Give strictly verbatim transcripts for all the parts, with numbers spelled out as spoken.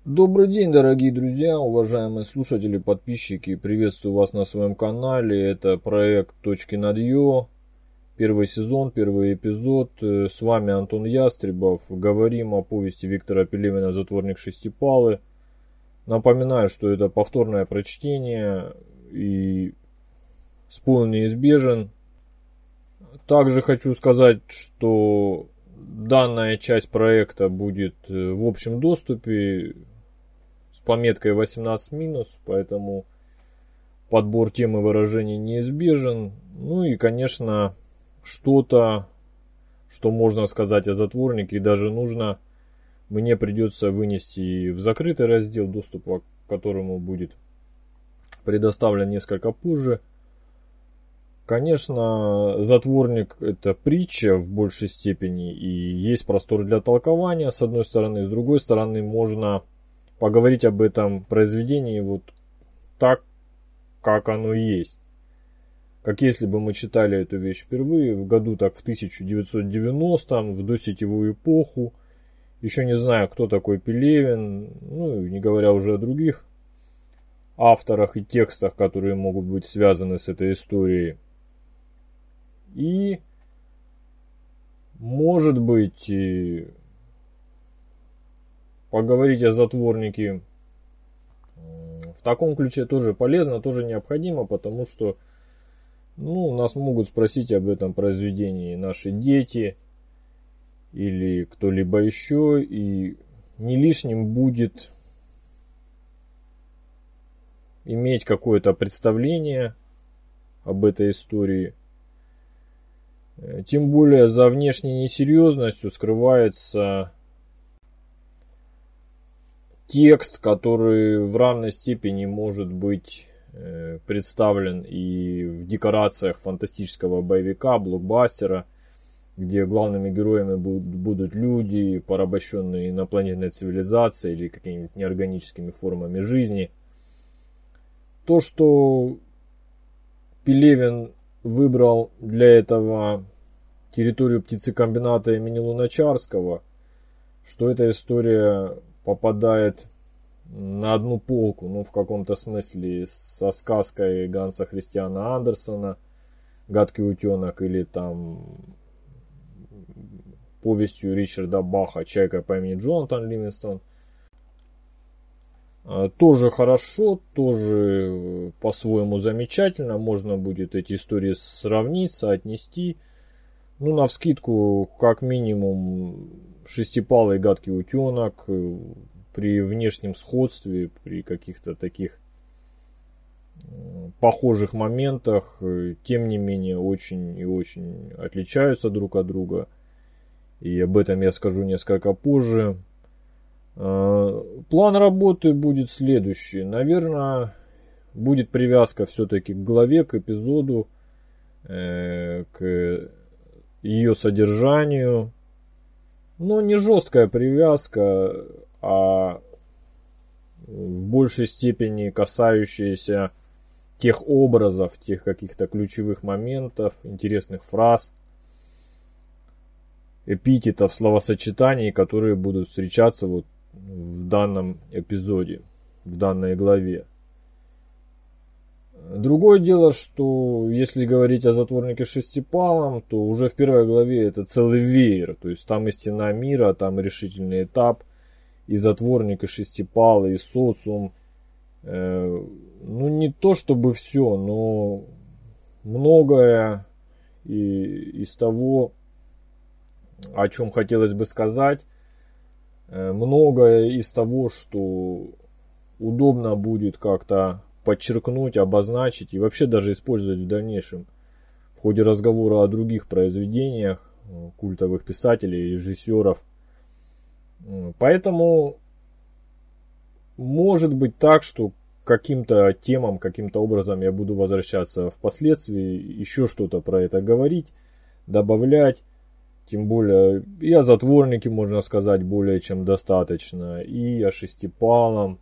Добрый день, дорогие друзья, уважаемые слушатели, подписчики. Приветствую вас на своем канале. Это проект «Точки над Ё». Первый сезон, первый эпизод. С вами Антон Ястребов. Говорим о повести Виктора Пелевина «Затворник Шестипалый». Напоминаю, что это повторное прочтение и спойлер неизбежен. Также хочу сказать, что данная часть проекта будет в общем доступе с пометкой восемнадцать минус, поэтому подбор темы выражений неизбежен. Ну и, конечно, что-то, что можно сказать о затворнике, и даже нужно, мне придется вынести в закрытый раздел, доступ к которому будет предоставлен несколько позже. Конечно, затворник — это притча в большей степени, и есть простор для толкования, с одной стороны. С другой стороны, можно поговорить об этом произведении вот так, как оно есть. Как если бы мы читали эту вещь впервые, в году так в тысяча девятьсот девяностом, в досетевую эпоху, еще не зная, кто такой Пелевин, ну, не говоря уже о других авторах и текстах, которые могут быть связаны с этой историей. И, может быть, и поговорить о затворнике в таком ключе тоже полезно, тоже необходимо, потому что ну, нас могут спросить об этом произведении наши дети или кто-либо еще, и не лишним будет иметь какое-то представление об этой истории. Тем более за внешней несерьезностью скрывается текст, который в равной степени может быть представлен и в декорациях фантастического боевика, блокбастера, где главными героями будут люди, порабощенные инопланетной цивилизацией или какими-нибудь неорганическими формами жизни. То, что Пелевин выбрал для этого территорию птицекомбината имени Луначарского, что эта история попадает на одну полку, ну в каком-то смысле со сказкой Ганса Христиана Андерсена «Гадкий утенок» или там повестью Ричарда Баха «Чайка по имени Джонатан Ливингстон». Тоже хорошо, тоже по-своему замечательно. Можно будет эти истории сравнить, соотнести. Ну, навскидку, как минимум, Шестипалый гадкий утенок при внешнем сходстве, при каких-то таких похожих моментах, тем не менее, очень и очень отличаются друг от друга. И об этом я скажу несколько позже. План работы будет следующий. Наверное, будет привязка все-таки к главе, к эпизоду, к ее содержанию. Но не жесткая привязка, а в большей степени касающаяся тех образов, тех каких-то ключевых моментов, интересных фраз, эпитетов, словосочетаний, которые будут встречаться вот в данном эпизоде, в данной главе. Другое дело, что если говорить о затворнике Шестипалом, то уже в первой главе это целый веер. То есть там и стена мира, там и решительный этап, и затворник, и Шестипал, и социум. Э, ну не то чтобы все, но многое и, из того, о чем хотелось бы сказать, многое из того, что удобно будет как-то подчеркнуть, обозначить и вообще даже использовать в дальнейшем в ходе разговора о других произведениях культовых писателей, режиссеров. Поэтому может быть так, что к каким-то темам, каким-то образом я буду возвращаться впоследствии, еще что-то про это говорить, добавлять. Тем более и о затворнике можно сказать более чем достаточно, и о Шестипалом,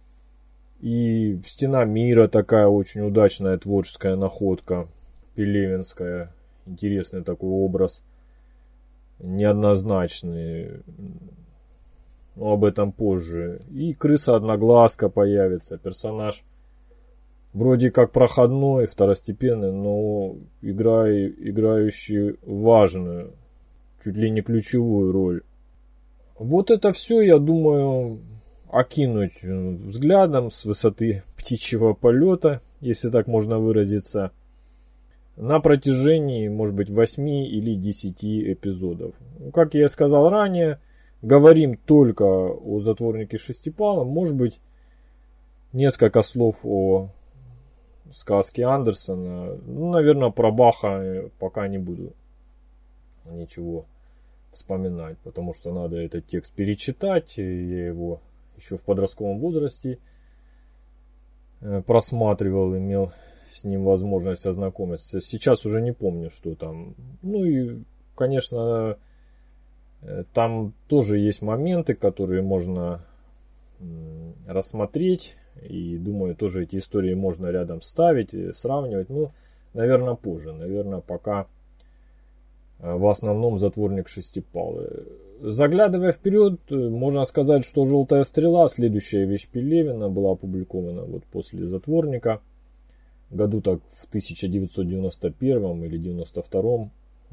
и «Стена мира» такая очень удачная творческая находка, пелевинская, интересный такой образ, неоднозначный. но об этом позже. И крыса-одноглазка появится, персонаж вроде как проходной, второстепенный, но игра, играющий важную, чуть ли не ключевую роль. Вот это все, я думаю, окинуть взглядом с высоты птичьего полета, если так можно выразиться, на протяжении, может быть, восьми или десяти эпизодов. Как я сказал ранее, говорим только о затворнике Шестипалом, может быть, несколько слов о сказке Андерсона. Ну, наверное, про Баха пока не буду ничего вспоминать, потому что надо этот текст перечитать. Я его еще в подростковом возрасте просматривал, имел с ним возможность ознакомиться. Сейчас уже не помню, что там. Ну и, конечно, там тоже есть моменты, которые можно рассмотреть. И думаю, тоже эти истории можно рядом ставить, сравнивать. Ну, наверное, позже. Наверное, пока в основном затворник Шестипал. Заглядывая вперед, можно сказать, что «Желтая стрела», следующая вещь Пелевина, была опубликована вот после затворника. Году так в тысяча девятьсот девяносто первом или девяносто втором.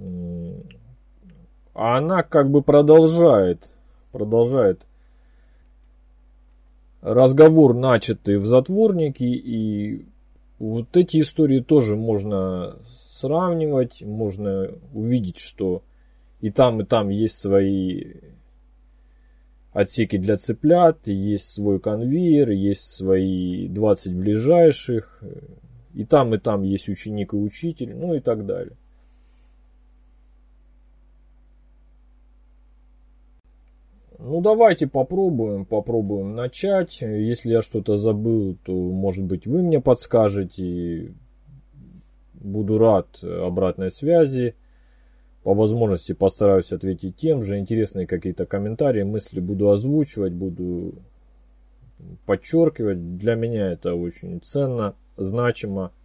А она как бы продолжает, продолжает разговор, начатый в затворнике, и вот эти истории тоже можно сравнивать, можно увидеть, что и там, и там есть свои отсеки для цыплят, есть свой конвейер, есть свои двадцать ближайших, и там, и там есть ученик и учитель, ну и так далее. Ну, давайте попробуем, попробуем начать. Если я что-то забыл, то, может быть, вы мне подскажете. Буду рад обратной связи. По возможности постараюсь ответить тем же. Интересные какие-то комментарии, мысли буду озвучивать, буду подчеркивать. Для меня это очень ценно, значимо.